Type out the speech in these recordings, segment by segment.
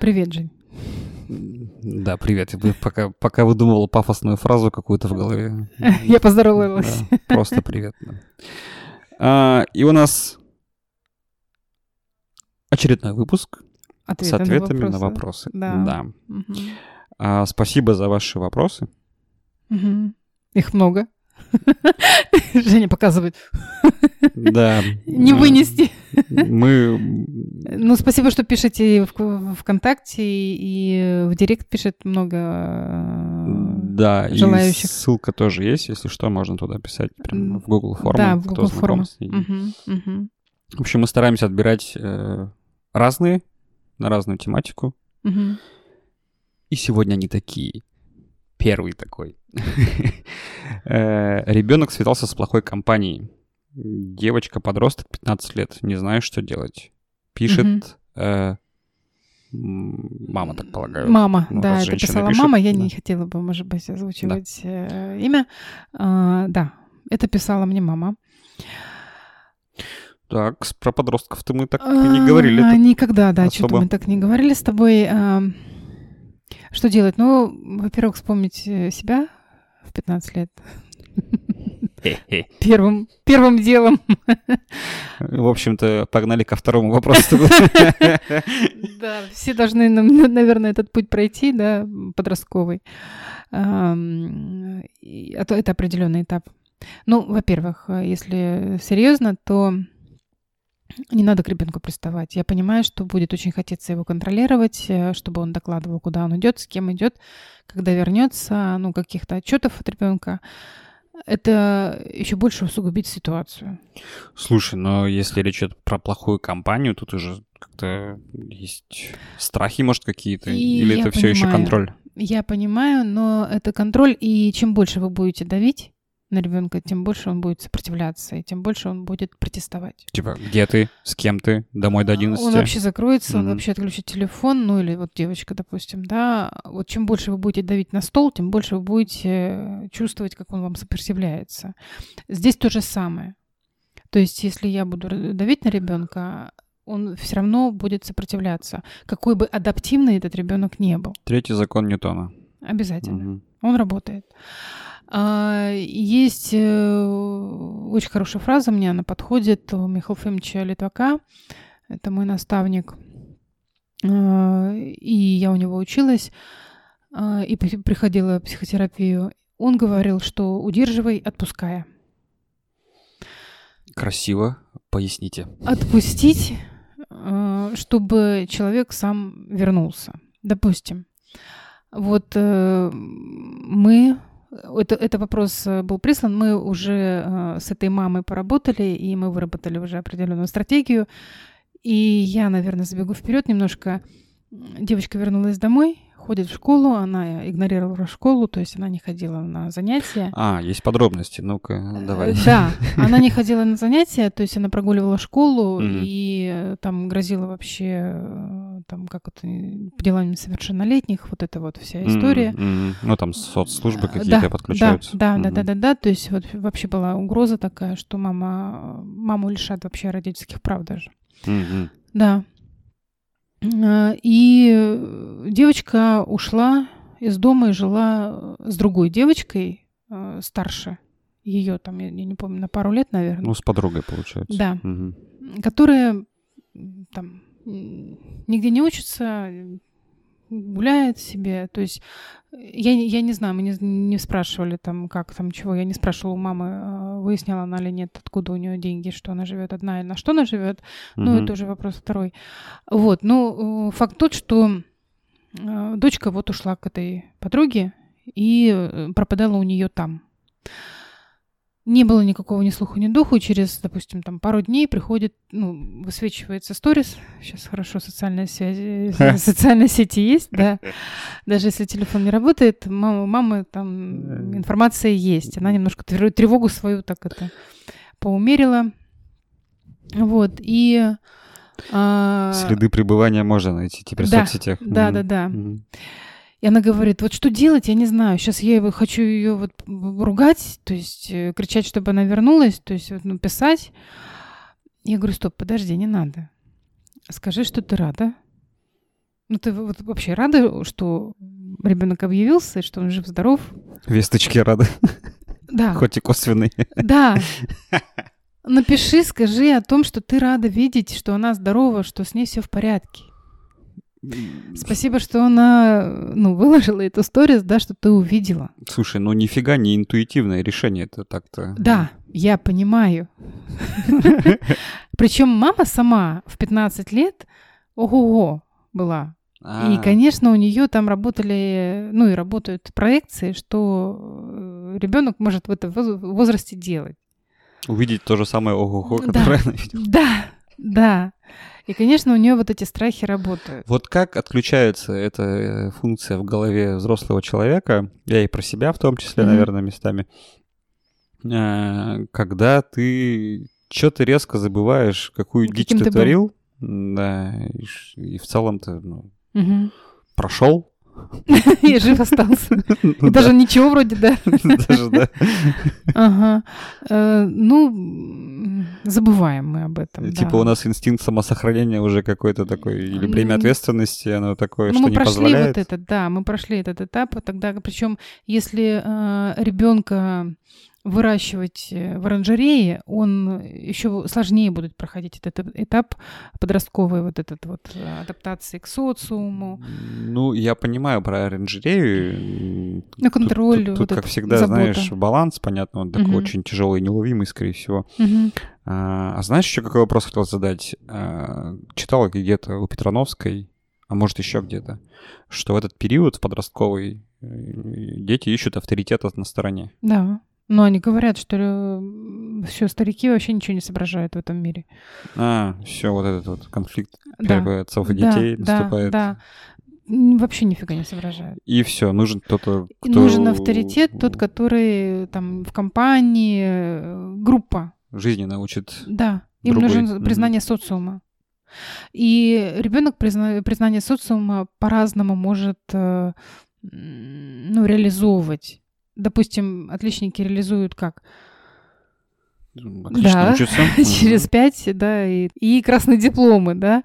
Привет, Жень. Да, привет. Я пока выдумывал пафосную фразу какую-то в голове. Я поздоровалась. Да, просто привет. Да. И у нас очередной выпуск с ответами на вопросы. Да. Угу. Спасибо за ваши вопросы. Угу. Их много. Женя показывает. Да. Не вынести. Мы... спасибо, что пишете в ВКонтакте и в Директ пишет много да, желающих. И ссылка тоже есть, если что, можно туда писать прямо в Google форму. Да, в Google форму. В общем, мы стараемся отбирать разные, на разную тематику. Угу. И сегодня они такие. Первый такой. Ребенок связался с плохой компанией. Девочка-подросток, 15 лет, не знаю, что делать. Пишет мама, так полагаю. Мама, да, это писала пишет. Мама. Я не хотела бы, может быть, озвучивать имя. Да, это писала мне мама. Так, про подростков-то мы так не говорили. Никогда, да, что-то мы так не говорили с тобой. Что делать? Ну, во-первых, вспомнить себя в 15 лет. Первым делом. В общем-то, погнали ко второму вопросу. Да, все должны, наверное, этот путь пройти, да, подростковый. Это определенный этап. Ну, во-первых, если серьезно, то не надо к ребенку приставать. Я понимаю, что будет очень хотеться его контролировать, чтобы он докладывал, куда он идет, с кем идет, когда вернется, каких-то отчетов от ребенка. Это еще больше усугубит ситуацию. Слушай, но если речь идет про плохую компанию, тут уже как-то есть страхи, может, какие-то? Или это все еще контроль? Я понимаю, но это контроль, и чем больше вы будете давить на ребенка, тем больше он будет сопротивляться, и тем больше он будет протестовать. Типа, где ты? С кем ты? Домой до 11? Он вообще закроется, он вообще отключит телефон, или вот девочка, допустим, да. Вот чем больше вы будете давить на стол, тем больше вы будете чувствовать, как он вам сопротивляется. Здесь то же самое. То есть, если я буду давить на ребенка, он все равно будет сопротивляться, какой бы адаптивный этот ребенок не был. Третий закон Ньютона. Обязательно. Угу. Он работает. Есть очень хорошая фраза, мне она подходит, у Михаила Ефимовича Литвака, это мой наставник, и я у него училась, и приходила в психотерапию. Он говорил, что удерживай, отпуская. Красиво, поясните. Отпустить, чтобы человек сам вернулся. Допустим, вот мы... Это вопрос был прислан. Мы уже с этой мамой поработали, и мы выработали уже определенную стратегию. И я, наверное, забегу вперед немножко. Девочка вернулась домой, ходит в школу, она игнорировала школу, то есть она не ходила на занятия. Есть подробности, ну-ка, давай. Да, она не ходила на занятия, то есть она прогуливала школу и там грозила вообще там как-то делами несовершеннолетних, вот эта вот вся история. Ну там соцслужбы какие-то подключаются. Да, то есть вот вообще была угроза такая, что маму лишат вообще родительских прав даже. Да. И девочка ушла из дома и жила с другой девочкой, старше ее, там, я не помню, на пару лет, наверное. Ну, с подругой, получается. Да. Которая там нигде не учится, гуляет себе. То есть я не знаю, мы не спрашивали там, как там, чего. Я не спрашивала у мамы, выясняла она или нет, откуда у нее деньги, что она живет одна и на что она живет. Ну, это уже вопрос второй. Вот, факт тот, что дочка вот ушла к этой подруге и пропадала у нее там. Не было никакого ни слуху, ни духу. Через, допустим, там пару дней приходит, высвечивается сторис. Сейчас хорошо социальные сети есть, да. Даже если телефон не работает, мамы там информация есть. Она немножко тревогу свою так поумерила. Вот, и... Следы пребывания можно найти теперь в соцсетях. Да. И она говорит, вот что делать, я не знаю. Сейчас я хочу ее вот ругать, то есть кричать, чтобы она вернулась, то есть писать. Я говорю, стоп, подожди, не надо. Скажи, что ты рада, Ну, ты вот вообще рада, что ребенок объявился, и что он жив-здоров? Весточки рады. Да. Хоть и косвенные. Да. Напиши, скажи о том, что ты рада видеть, что она здорова, что с ней все в порядке. Спасибо, что она, выложила эту сторис, да, что ты увидела. Слушай, нифига не интуитивное решение, это так-то. Да, я понимаю. Причем мама сама в 15 лет, ого-го, была. И, конечно, у нее там работали, и работают проекции, что ребенок может в этом возрасте делать. Увидеть то же самое ого-го, которое она видела. Да. И, конечно, у нее вот эти страхи работают. Вот как отключается эта функция в голове взрослого человека, я и про себя в том числе, наверное, местами, когда ты что-то резко забываешь, какую дичь ты творил, да, и в целом-то прошел. И жив остался. И даже ничего вроде, да? Даже, да. Ага. Забываем мы об этом. Типа у нас инстинкт самосохранения уже какой-то такой, или бремя ответственности, оно такое, что не позволяет. Мы прошли этот этап. Тогда, причем, если ребенка выращивать в оранжерее, он еще сложнее будет проходить этот этап подростковой адаптации к социуму. Я понимаю про оранжерею. Контроль. Тут как всегда, забота. Знаешь, баланс, понятно, он такой очень тяжелый и неуловимый, скорее всего. А знаешь, еще какой вопрос хотел задать? Читала где-то у Петрановской, а может еще где-то, что в этот период подростковый дети ищут авторитета на стороне. Да. Но они говорят, что все, старики вообще ничего не соображают в этом мире. Все, вот этот вот конфликт отцов и детей наступает. Да. Вообще нифига не соображают. И все, нужен кто-то, кто... Нужен авторитет, тот, который там в компании, группа. Жизни научит. Да, им нужно признание социума. И ребенок признание социума по-разному может реализовывать. Допустим, отличники реализуют как? Отлично учатся. Через 5, да, и красные дипломы, да.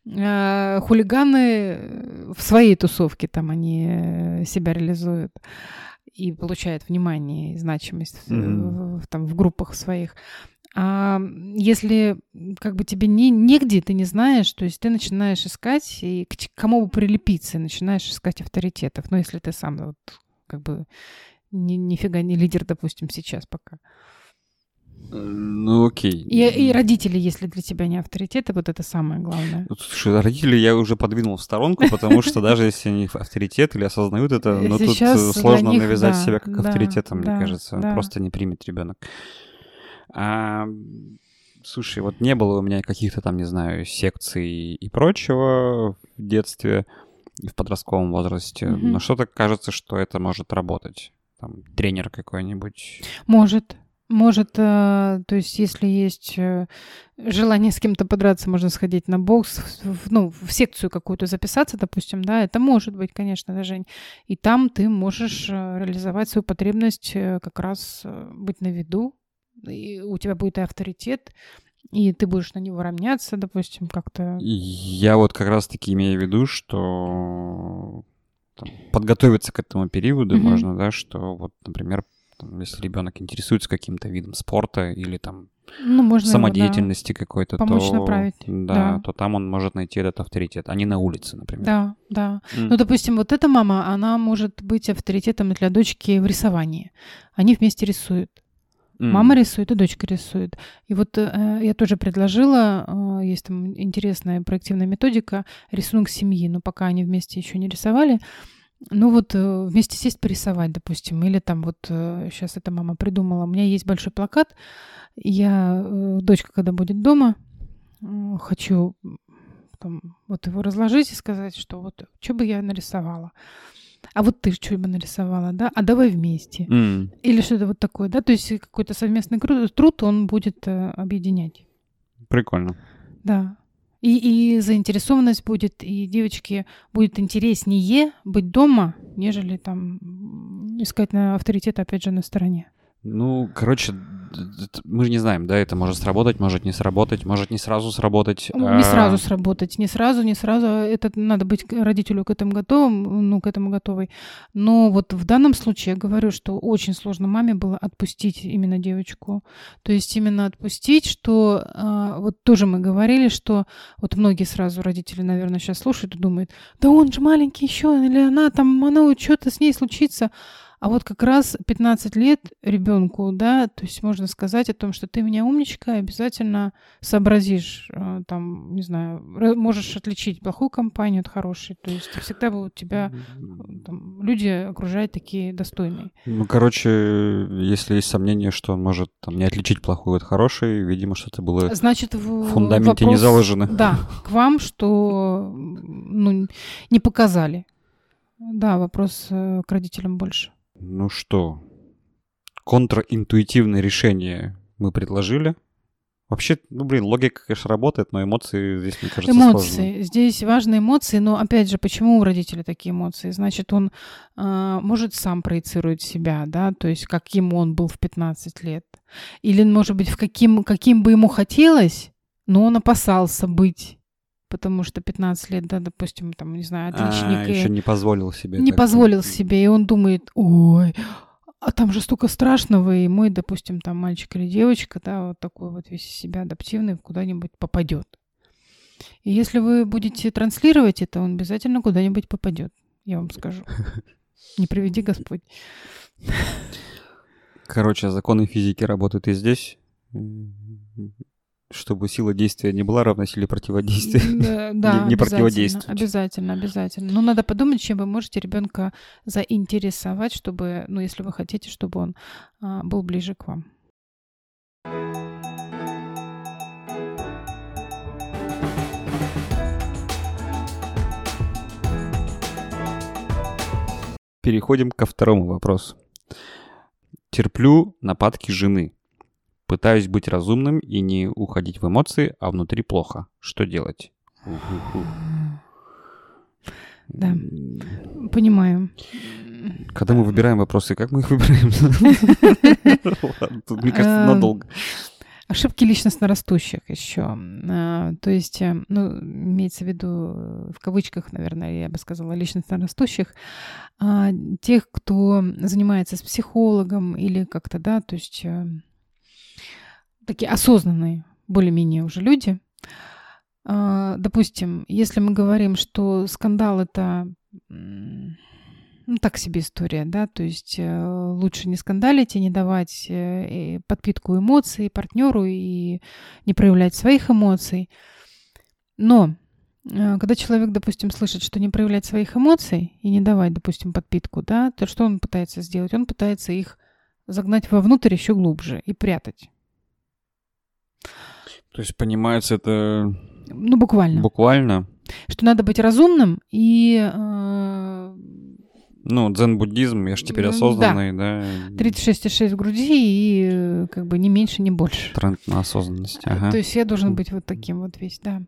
Хулиганы в своей тусовке там они себя реализуют и получают внимание и значимость в группах своих. А если как бы тебе негде, ты не знаешь, то есть ты начинаешь искать, и к кому бы прилепиться, начинаешь искать авторитетов. Но если ты сам вот как бы нифига не лидер, допустим, сейчас пока. Окей. И родители, если для тебя не авторитеты, вот это самое главное. Слушай, родители я уже подвинул в сторонку, потому что даже если они авторитет или осознают это, тут сложно навязать себя как авторитетом, мне кажется. Просто не примет ребенок. Слушай, вот не было у меня каких-то там, не знаю, секций и прочего в детстве и в подростковом возрасте, но что-то кажется, что это может работать. Там, тренер какой-нибудь. Может, то есть если есть желание с кем-то подраться, можно сходить на бокс, в секцию какую-то записаться, допустим, да, это может быть, конечно, даже. И там ты можешь реализовать свою потребность как раз быть на виду, и у тебя будет и авторитет, и ты будешь на него равняться, допустим, как-то. Я вот как раз-таки имею в виду, что подготовиться к этому периоду можно, да, что вот, например, если ребенок интересуется каким-то видом спорта или там самодеятельности какой-то, помочь направить. То там он может найти этот авторитет, а не на улице, например. Да. Допустим, вот эта мама, она может быть авторитетом для дочки в рисовании. Они вместе рисуют. Мама рисует, и дочка рисует. И вот я тоже предложила, есть там интересная проективная методика, рисунок семьи, но пока они вместе еще не рисовали, вместе сесть порисовать, допустим. Или там сейчас эта мама придумала, у меня есть большой плакат, дочка, когда будет дома, хочу его разложить и сказать, что что бы я нарисовала. А вот ты что бы нарисовала, да? А давай вместе. Или что-то такое, да? То есть какой-то совместный труд, он будет объединять. Прикольно. Да. И заинтересованность будет, и девочке будет интереснее быть дома, нежели там искать авторитет, опять же, на стороне. Ну, короче, мы же не знаем, да, это может сработать, может не сработать, может не сразу сработать. Не сразу сработать, не сразу. Это надо быть родителю к этому готовым, к этому готовой. Но вот в данном случае я говорю, что очень сложно маме было отпустить именно девочку. То есть именно отпустить, что вот тоже мы говорили, что вот многие сразу родители, наверное, сейчас слушают и думают, да он же маленький еще, или она что-то с ней случится. А вот как раз 15 лет ребенку, да, то есть можно сказать о том, что ты у меня умничка, обязательно сообразишь, там, не знаю, можешь отличить плохую компанию от хорошей. То есть всегда будут тебя там, люди окружать такие достойные. Ну, короче, если есть сомнение, что он может там, не отличить плохую от хорошей, видимо, что-то было значит, в фундаменте не заложено. Да, к вам, что не показали. Да, вопрос к родителям больше. Ну что, контринтуитивное решение мы предложили. Вообще, логика, конечно, работает, но эмоции здесь, мне кажется, эмоции. Сложно. Здесь важны эмоции, но, опять же, почему у родителя такие эмоции? Значит, он может сам проецировать себя, да, то есть каким он был в 15 лет. Или, может быть, каким бы ему хотелось, но он опасался быть. Потому что 15 лет, да, допустим, там, не знаю, отличник. Еще не позволил себе. Не позволил себе, и он думает, ой, а там же столько страшного, и мой, допустим, там мальчик или девочка, да, вот такой вот весь из себя адаптивный, куда-нибудь попадет. И если вы будете транслировать это, он обязательно куда-нибудь попадет, я вам скажу. Не приведи Господь. Короче, законы физики работают и здесь. Чтобы сила действия не была равна силе противодействия. Да, не противодействовать. Обязательно. Но надо подумать, чем вы можете ребенка заинтересовать, чтобы, если вы хотите, чтобы он был ближе к вам. Переходим ко второму вопросу. Терплю нападки жены. Пытаюсь быть разумным и не уходить в эмоции, а внутри плохо. Что делать? Да, понимаю. Когда мы выбираем вопросы, как мы их выбираем? Тут, мне кажется, надолго. Ошибки личностно растущих еще. То есть, имеется в виду, в кавычках, наверное, я бы сказала, личностно растущих. Тех, кто занимается с психологом или как-то, да, то есть... такие осознанные, более-менее уже люди. Допустим, если мы говорим, что скандал — это так себе история, да, то есть лучше не скандалить и не давать подпитку эмоций партнеру и не проявлять своих эмоций. Но когда человек, допустим, слышит, что не проявлять своих эмоций и не давать, допустим, подпитку, да, то что он пытается сделать? Он пытается их загнать вовнутрь еще глубже и прятать. То есть понимается это... буквально. Буквально. Что надо быть разумным и... дзен-буддизм, я же теперь осознанный, да. 36,6 в груди и как бы не меньше, не больше. Тренд на осознанность, ага. То есть я должен быть вот таким вот весь, да.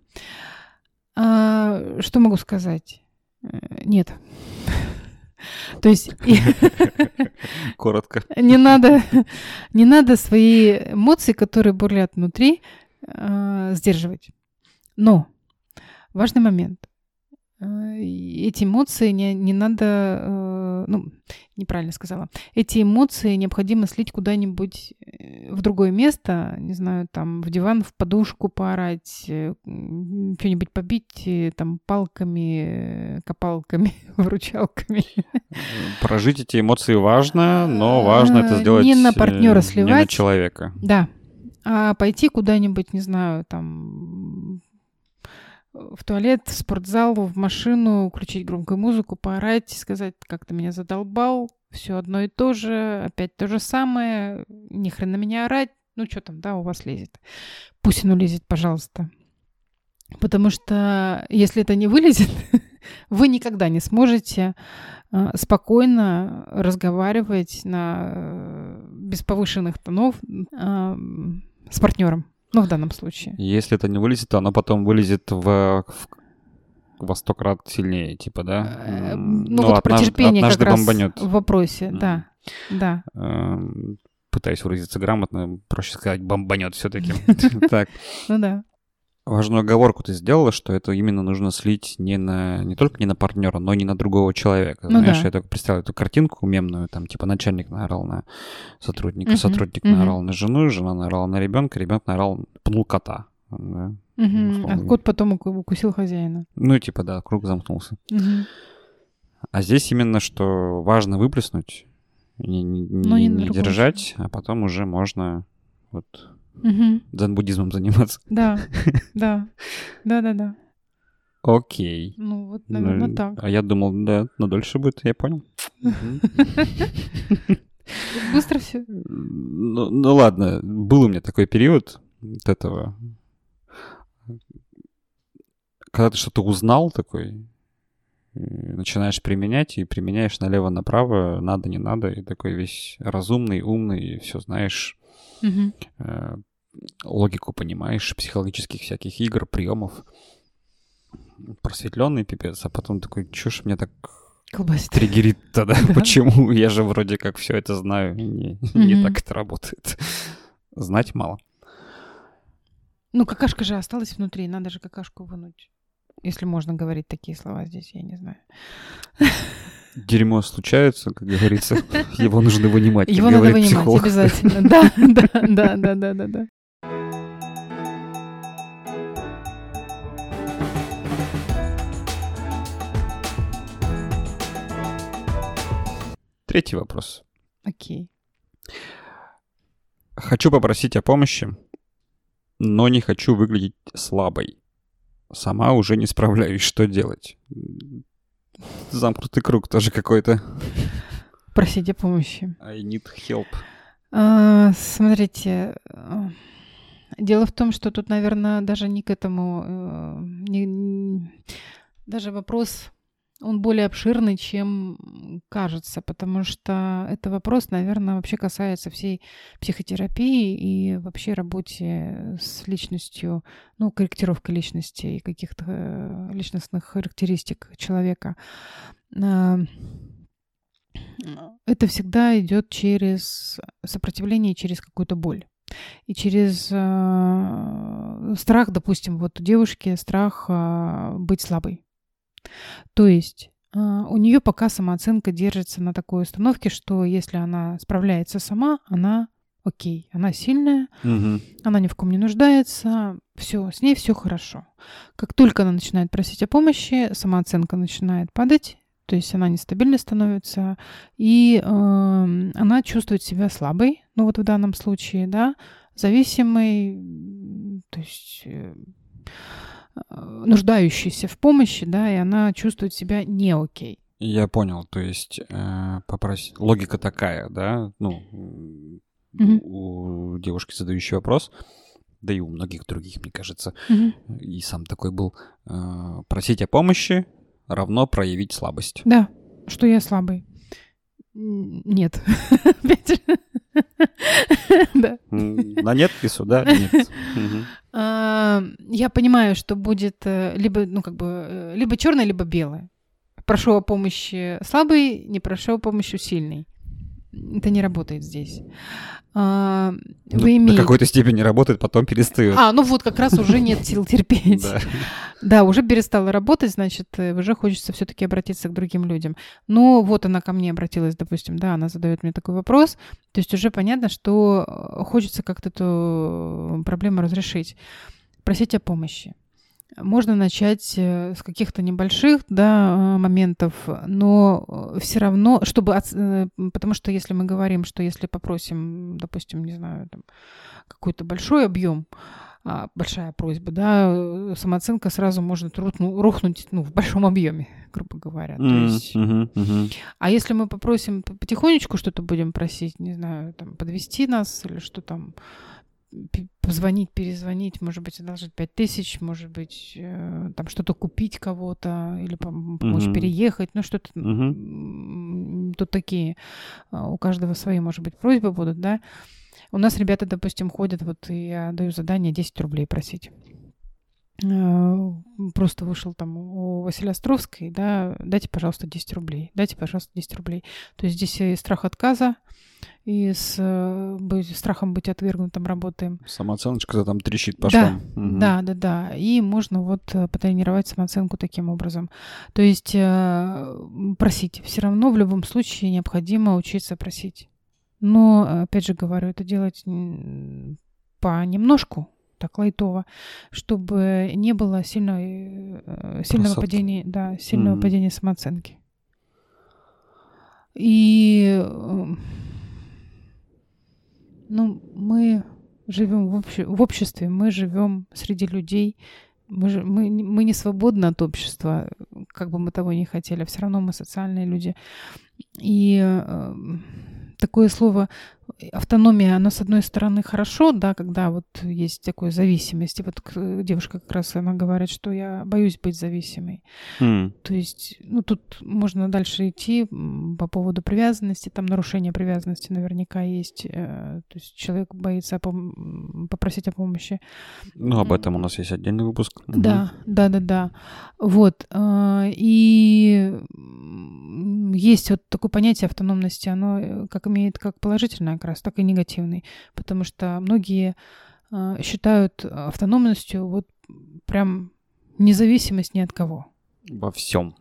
Что могу сказать? Нет. То есть... Коротко. Не надо свои эмоции, которые бурлят внутри, сдерживать. Но важный момент. Эти эмоции не надо... неправильно сказала. Эти эмоции необходимо слить куда-нибудь в другое место, не знаю, там, в диван, в подушку поорать, что-нибудь побить, там, палками, копалками, выручалками. Прожить эти эмоции важно, но важно это сделать не на партнера сливать, не на человека. Да. А пойти куда-нибудь, не знаю, там... в туалет, в спортзал, в машину, включить громкую музыку, поорать, сказать, как ты меня задолбал, все одно и то же, опять то же самое, ни хрена меня орать, что там, да, у вас лезет. Пусть оно лезет, пожалуйста. Потому что если это не вылезет, вы никогда не сможете спокойно разговаривать без повышенных тонов с партнером. В данном случае. Если это не вылезет, то оно потом вылезет во 100 крат сильнее, типа, да? Про терпение как раз бомбанет. в вопросе, да. пытаюсь выразиться грамотно, проще сказать, бомбанет все-таки. Так. Ну да. Важную оговорку ты сделала, что это именно нужно слить не только не на партнера, но и не на другого человека. Ну Знаешь, да. я только представляю эту картинку мемную, там типа начальник наорал на сотрудника, сотрудник наорал на жену, жена наорала на ребенка, ребенок наорал, пнул кота. Да, а кот потом укусил хозяина. Ну, типа, да, круг замкнулся. А здесь именно, что важно выплеснуть, не держать, а потом уже можно вот дзен-буддизмом заниматься. Да. Окей. Ну, вот, наверное, так. А я думал, да, но дольше будет, я понял. Быстро все. Ну ладно, был у меня такой период от этого, когда ты что-то узнал такой, начинаешь применять, и применяешь налево-направо, надо, не надо, и такой весь разумный, умный, и все знаешь, логику понимаешь, психологических всяких игр, приемов, просветленный пипец, а потом такой, чё ж меня так триггерит тогда, почему? Я же вроде как все это знаю, не так это работает. Знать мало. Ну, какашка же осталась внутри, надо же какашку вынуть. Если можно говорить такие слова здесь, я не знаю. Дерьмо случается, как говорится, его нужно вынимать. Его надо вынимать, психолог. Обязательно. Да. Третий вопрос. Окей. Хочу попросить о помощи, но не хочу выглядеть слабой. Сама уже не справляюсь, что делать. Замкнутый круг тоже какой-то. Просить о помощи. I need help. Смотрите, дело в том, что тут, наверное, даже не к этому... даже вопрос, он более обширный, чем кажется, потому что это вопрос, наверное, вообще касается всей психотерапии и вообще работе с личностью, ну, корректировкой личности и каких-то личностных характеристик человека. Это всегда идет через сопротивление, через какую-то боль. И через страх, допустим, вот у девушки страх быть слабой. То есть у нее пока самооценка держится на такой установке, что если она справляется сама, она окей, она сильная, она ни в ком не нуждается, все, с ней все хорошо. Как только она начинает просить о помощи, самооценка начинает падать, то есть она нестабильно становится, и она чувствует себя слабой, ну вот в данном случае, да, зависимой, то есть нуждающейся в помощи, да, и она чувствует себя не окей. Я понял, то есть попросить... Логика такая, да, ну, у девушки, задающей вопрос, да и у многих других, мне кажется, и сам такой был, просить о помощи равно проявить слабость. Да, что я слабый. Нет. На нет пису, да? Нет. Я понимаю, что будет либо, ну, как бы, либо черное, либо белое. Прошу о помощи слабый, не прошу о помощи сильный. Это не работает здесь. До какой-то степени работает, потом перестает. Ну вот как раз уже нет сил терпеть. Да, уже перестала работать, значит, уже хочется все-таки обратиться к другим людям. Но вот она ко мне обратилась, допустим, да, она задает мне такой вопрос. То есть уже понятно, что хочется как-то эту проблему разрешить. Просить о помощи. Можно начать с каких-то небольших, да, моментов, но все равно, потому что если мы говорим, что если попросим, допустим, не знаю, там, какой-то большой объем, большая просьба, да, самооценка сразу может рухнуть, ну, в большом объеме, грубо говоря. То есть, а если мы попросим потихонечку что-то будем просить, не знаю, там, подвести нас или что там, позвонить, перезвонить, может быть, одолжить 5000, может быть, там что-то купить кого-то или помочь переехать, ну что-то. Тут такие, у каждого свои, может быть, просьбы будут, да. У нас ребята, допустим, ходят, вот я даю задание 10 рублей просить. просто вышел там у Василия Островской, да, дайте, пожалуйста, 10 рублей, дайте, пожалуйста, 10 рублей. То есть здесь и страх отказа, и с страхом быть отвергнутым работаем. Самооценочка там трещит по швам. Да. И можно вот потренировать самооценку таким образом. То есть просить. Все равно в любом случае необходимо учиться просить. Но, опять же говорю, это делать понемножку, так лайтово, чтобы не было сильного падения, сильного падения самооценки. И мы живем в обществе, мы живем среди людей, мы не свободны от общества, как бы мы того не хотели, все равно мы социальные люди. И такое слово автономия, оно, с одной стороны, хорошо, да, когда вот есть такая зависимость. И вот девушка как раз, она говорит, что я боюсь быть зависимой. То есть, тут можно дальше идти по поводу привязанности, там нарушение привязанности наверняка есть. То есть человек боится попросить о помощи. Об этом у нас есть отдельный выпуск. Да. Вот. И есть вот такое понятие автономности, оно имеет как положительное как раз, так и негативный. Потому что многие считают автономностью вот прям независимость ни от кого. Во всем.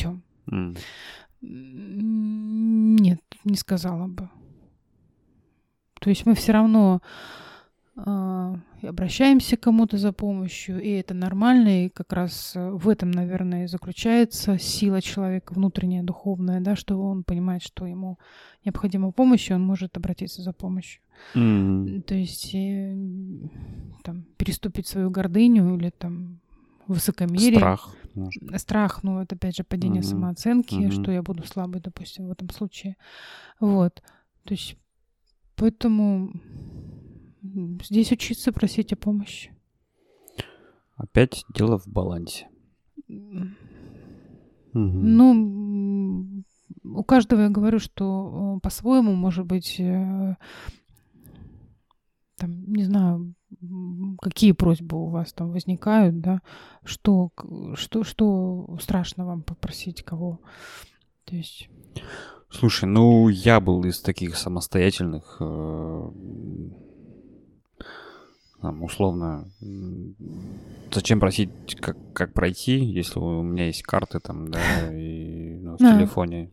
Нет, не сказала бы. То есть мы все равно обращаемся к кому-то за помощью, и это нормально, и как раз в этом, наверное, и заключается сила человека внутренняя, духовная, да, что он понимает, что ему необходима помощь, и он может обратиться за помощью. То есть там, переступить свою гордыню или там высокомерие. Страх, это опять же падение самооценки, что я буду слабой, допустим, в этом случае. Вот. То есть поэтому здесь учиться просить о помощи. Опять дело в балансе. У каждого я говорю, что по-своему, может быть, там, не знаю, какие просьбы у вас там возникают, да, что страшно вам попросить кого. То есть... Слушай, я был из таких самостоятельных, условно, зачем просить, как пройти, если у меня есть карты там, да, и в телефоне.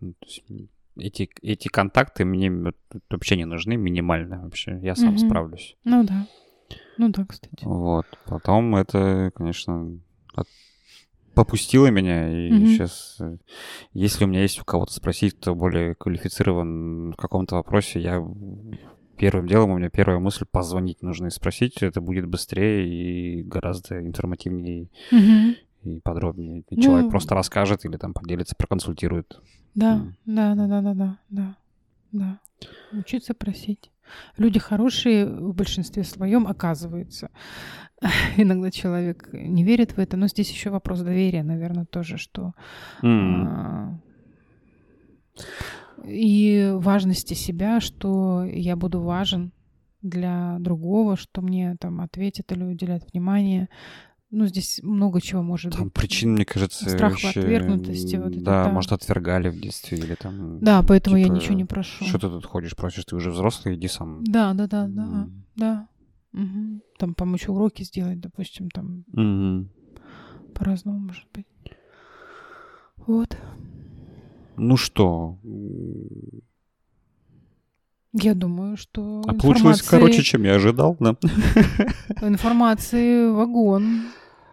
Эти контакты мне вообще не нужны, минимально вообще. Я сам справлюсь. Да, кстати. Вот. Потом это, конечно, попустило меня, и сейчас, если у меня есть у кого-то спросить, кто более квалифицирован в каком-то вопросе, первым делом у меня первая мысль — позвонить нужно и спросить. Это будет быстрее и гораздо информативнее и подробнее. И человек просто расскажет или там поделится, проконсультирует. Да. Учиться просить. Люди хорошие в большинстве своем, оказывается. Иногда человек не верит в это, но здесь еще вопрос доверия, наверное, тоже, что... И важности себя, что я буду важен для другого, что мне там ответят или уделят внимание. Здесь много чего может там быть. Причин, мне кажется, страх отвергнутости. Может, отвергали в детстве или там... Да, поэтому я ничего не прошу. Что ты тут ходишь, просишь? Ты уже взрослый, иди сам. Да. Там помочь уроки сделать, допустим, там по-разному может быть. Вот. Что? Я думаю, что получилось короче, чем я ожидал, да? Информации вагон.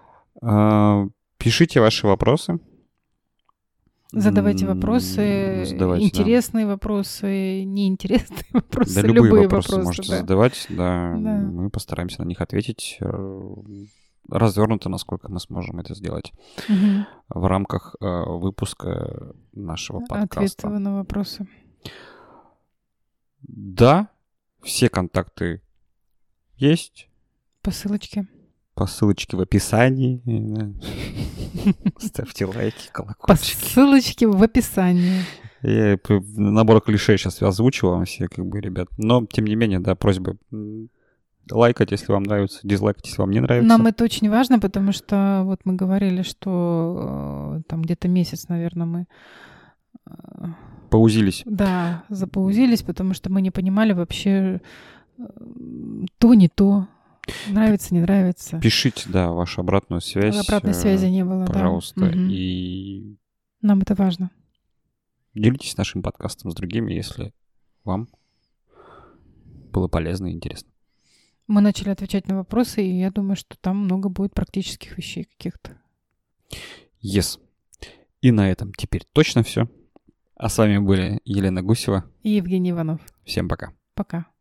Пишите ваши вопросы. Задавайте вопросы, интересные вопросы, неинтересные вопросы, да, любые вопросы можете задавать, да. Мы постараемся на них ответить развернуто, насколько мы сможем это сделать в рамках выпуска нашего подкаста. Ответы на вопросы. Да, все контакты есть. По ссылочке в описании. Ставьте лайки, колокольчики. По ссылочке в описании. Я набор клише сейчас озвучу вам все, ребят. Но, тем не менее, да, просьба лайкать, если вам нравится, дизлайкать, если вам не нравится. Нам это очень важно, потому что вот мы говорили, что там где-то месяц, наверное, мы... Паузились. Да, запаузились, потому что мы не понимали вообще то, не то. Нравится, не нравится. Пишите, да, вашу обратную связь. Обратной связи не было, пожалуйста, да. И... Нам это важно. Делитесь нашим подкастом с другими, если вам было полезно и интересно. Мы начали отвечать на вопросы, и я думаю, что там много будет практических вещей каких-то. Yes. И на этом теперь точно все. А с вами были Елена Гусева и Евгений Иванов. Всем пока. Пока.